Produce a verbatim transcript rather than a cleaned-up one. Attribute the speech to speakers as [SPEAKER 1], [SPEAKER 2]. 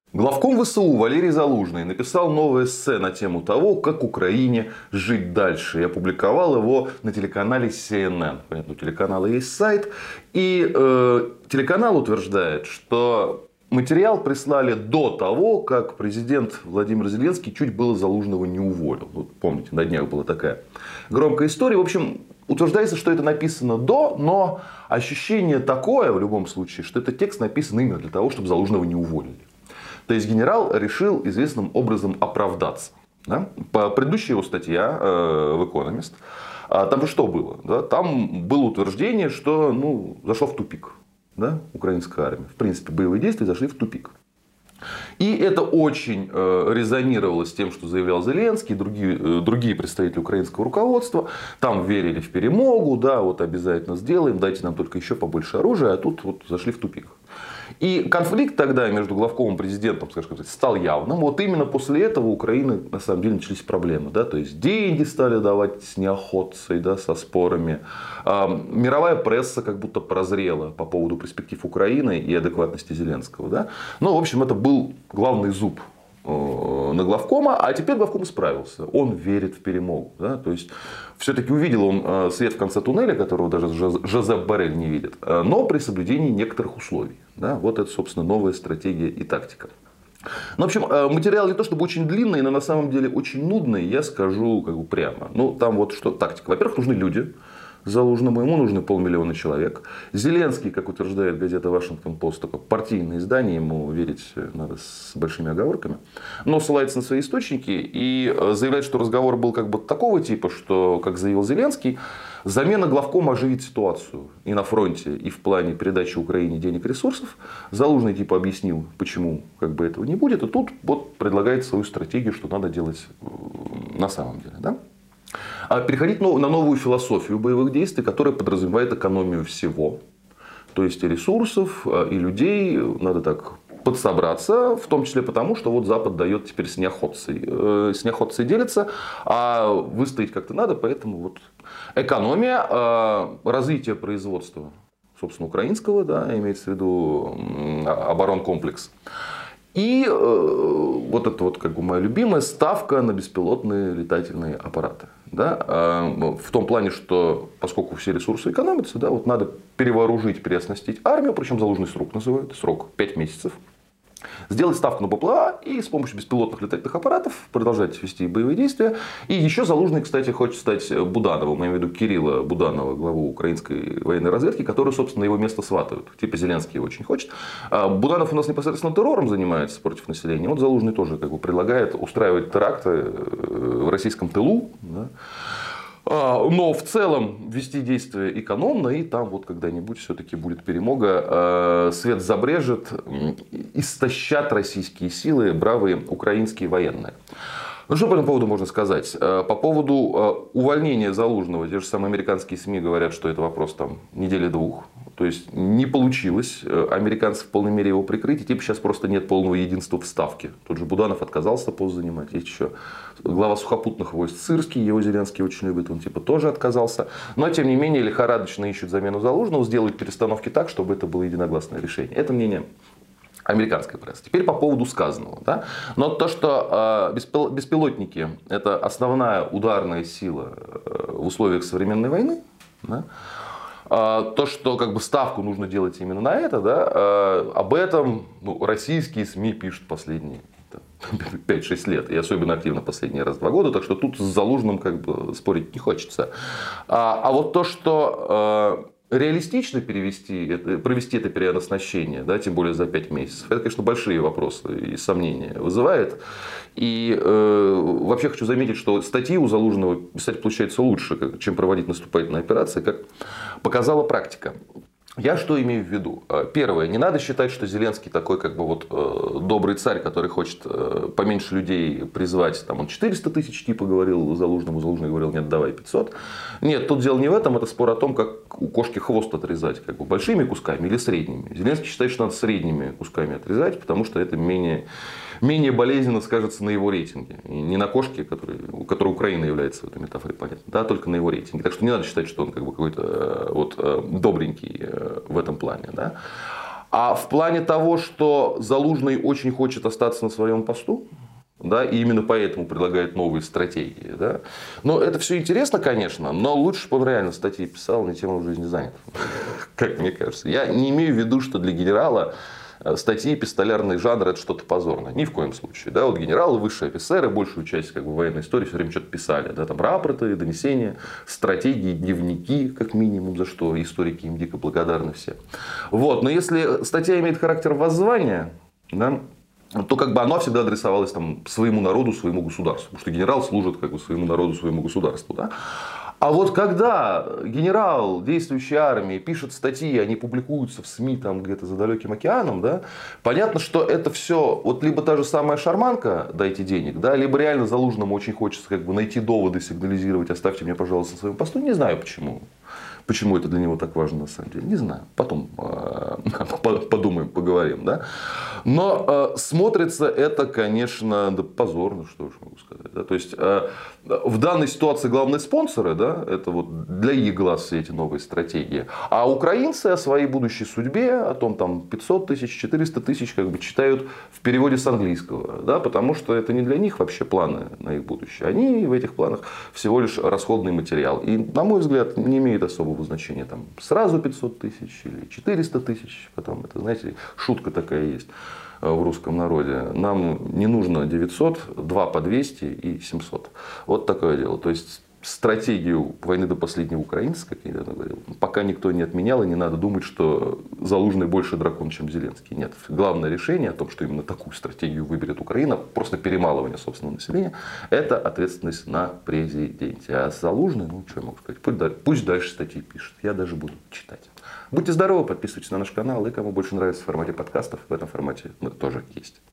[SPEAKER 1] Главком ВСУ Валерий Залужный написал новое эссе на тему того, как Украине жить дальше. И опубликовал его на телеканале Си Эн Эн. Понятно, у телеканала есть сайт. И э, телеканал утверждает, что материал прислали до того, как президент Владимир Зеленский чуть было Залужного не уволил. Вот, помните, на днях была такая громкая история. В общем, утверждается, что это написано до, но ощущение такое в любом случае, что этот текст написан именно для того, чтобы Залужного не уволили. То есть генерал решил известным образом оправдаться. Да? По предыдущей его статья э, в Economist, а там же что было? Да? Там было утверждение, что ну, зашло в тупик. Да? Украинская армия. В принципе, боевые действия зашли в тупик. И это очень э, резонировало с тем, что заявлял Зеленский и другие, э, другие представители украинского руководства. Там верили в перемогу, да, вот обязательно сделаем, дайте нам только еще побольше оружия, а тут вот зашли в тупик. И конфликт тогда между главкомом и президентом, скажем так, стал явным. Вот именно после этого у Украины на самом деле начались проблемы. Да? То есть деньги стали давать с неохотцей, да, со спорами. А, мировая пресса как будто прозрела по поводу перспектив Украины и адекватности Зеленского. Да? Ну, в общем, это был главный зуб на главкома, а теперь главком справился. Он верит в перемогу. Да? То есть, все-таки увидел он свет в конце туннеля, которого даже Жозеп Боррель не видит, но при соблюдении некоторых условий. Да? Вот это, собственно, новая стратегия и тактика. Ну, в общем, материал не то чтобы очень длинный, но на самом деле очень нудный, я скажу как бы прямо. Ну, там вот что тактика. Во-первых, нужны люди. Залужному ему нужны полмиллиона человек. Зеленский, как утверждает газета Вашингтон-Пост, такое партийное издание, ему верить надо с большими оговорками, но ссылается на свои источники и заявляет, что разговор был как бы такого типа, что, как заявил Зеленский, замена главкома оживит ситуацию и на фронте, и в плане передачи Украине денег и ресурсов. Залужный типа объяснил, почему как бы этого не будет, и тут вот предлагает свою стратегию, что надо делать на самом деле. Да? Переходить на новую философию боевых действий, которая подразумевает экономию всего. То есть и ресурсов, и людей. Надо так подсобраться, в том числе потому, что вот Запад дает теперь с неохотцей. С неохотцей делится, а выстоять как-то надо, поэтому вот экономия, развитие производства, собственно, украинского, да, имеется в виду оборонкомплекс. И э, вот это вот как бы моя любимая ставка на беспилотные летательные аппараты. Да? Э, в том плане, что поскольку все ресурсы экономятся, да, вот надо перевооружить, переоснастить армию, причем заложенный срок называют, срок пять месяцев. Сделать ставку на БПЛА и с помощью беспилотных летательных аппаратов продолжать вести боевые действия. И еще Залужный, кстати, хочет стать Будановым, я имею в виду Кирилла Буданова, главу украинской военной разведки, который, собственно, его место сватают. Типа Зеленский его очень хочет. Буданов у нас непосредственно террором занимается против населения. Вот Залужный тоже как бы предлагает устраивать теракты в российском тылу. Да? Но в целом вести действия экономно, и там вот когда-нибудь все-таки будет перемога. Свет забрежет, истощат российские силы бравые украинские военные. Ну, что по этому поводу можно сказать? По поводу увольнения Залужного, те же самые американские СМИ говорят, что это вопрос там недели-двух. То есть не получилось американцев в полной мере его прикрыть. И типа сейчас просто нет полного единства в ставке. Тот же Буданов отказался пост занимать. Есть еще глава сухопутных войск Сырский, его Зеленский очень любит, он типа тоже отказался. Но тем не менее лихорадочно ищут замену Залужного, сделают перестановки так, чтобы это было единогласное решение. Это мнение американской прессы. Теперь по поводу сказанного. Да? Но то, что э, беспилотники это основная ударная сила в условиях современной войны, да? То, что как бы ставку нужно делать именно на это, да, об этом ну, российские СМИ пишут последние пять-шесть лет. И особенно активно последние раз два года. Так что тут с Залужным как бы спорить не хочется. А, а вот то, что э, реалистично перевести, это, провести это переоснащение, да, тем более за пять месяцев, это, конечно, большие вопросы и сомнения вызывает. И э, вообще хочу заметить, что статьи у Залужного писать получается лучше, чем проводить наступательные операции, как показала практика. Я что имею в виду? Первое, не надо считать, что Зеленский такой как бы вот э, добрый царь, который хочет э, поменьше людей призвать. Там он четыреста тысяч типа говорил Залужному, Залужный говорил, нет, давай пятьсот. Нет, тут дело не в этом, это спор о том, как у кошки хвост отрезать, как бы большими кусками или средними. Зеленский считает, что надо средними кусками отрезать, потому что это менее, менее болезненно скажется на его рейтинге. И не на кошке, который, у которой Украина является в этой метафоре, понятно, да, только на его рейтинге. Так что не надо считать, что он как бы какой-то вот, добренький в этом плане. Да? А в плане того, что Залужный очень хочет остаться на своем посту, да, и именно поэтому предлагает новые стратегии. Да. Но это все интересно, конечно, но лучше бы он реально статьи писал, не тем он в жизни занят. Как мне кажется. Я не имею в виду, что для генерала статьи пистолярный жанр это что-то позорное. Ни в коем случае. Да. Вот генералы, высшие офицеры, большую часть как бы, военной истории все время что-то писали. Да. Там рапорты, донесения, стратегии, дневники, как минимум, за что историки им дико благодарны все. Вот. Но если статья имеет характер воззвания, да, то как бы оно всегда адресовалось там, своему народу, своему государству. Потому что генерал служит как бы, своему народу, своему государству. Да? А вот когда генерал действующей армии пишет статьи, они публикуются в СМИ там где-то за далеким океаном, да, понятно, что это все вот либо та же самая шарманка, дайте денег, да, либо реально Залужному очень хочется как бы найти доводы, сигнализировать, оставьте меня, пожалуйста, на своем посту. Не знаю почему. Почему это для него так важно на самом деле, не знаю. Потом э, подумаем, поговорим. Да? Но э, смотрится это, конечно, да, позорно, что уж могу сказать. Да? То есть, э, в данной ситуации главные спонсоры, да, это вот для их глаз все эти новые стратегии. А украинцы о своей будущей судьбе, о том там пятьсот тысяч, четыреста тысяч, как бы читают в переводе с английского. Да? Потому что это не для них вообще планы на их будущее. Они в этих планах всего лишь расходный материал. И, на мой взгляд, не имеет особого значения там сразу пятьсот тысяч или четыреста тысяч, потом это, знаете, шутка такая есть в русском народе. Нам не нужно девятьсот, два по двести и семьсот. Вот такое дело. То есть стратегию войны до последнего украинца, как я недавно говорил, пока никто не отменял, и не надо думать, что Залужный больше дракон, чем Зеленский. Нет. Главное решение о том, что именно такую стратегию выберет Украина, просто перемалывание собственного населения, это ответственность на президенте. А Залужный, ну что я могу сказать, пусть, пусть дальше статьи пишет. Я даже буду читать. Будьте здоровы, подписывайтесь на наш канал. И кому больше нравится в формате подкастов, в этом формате мы тоже есть.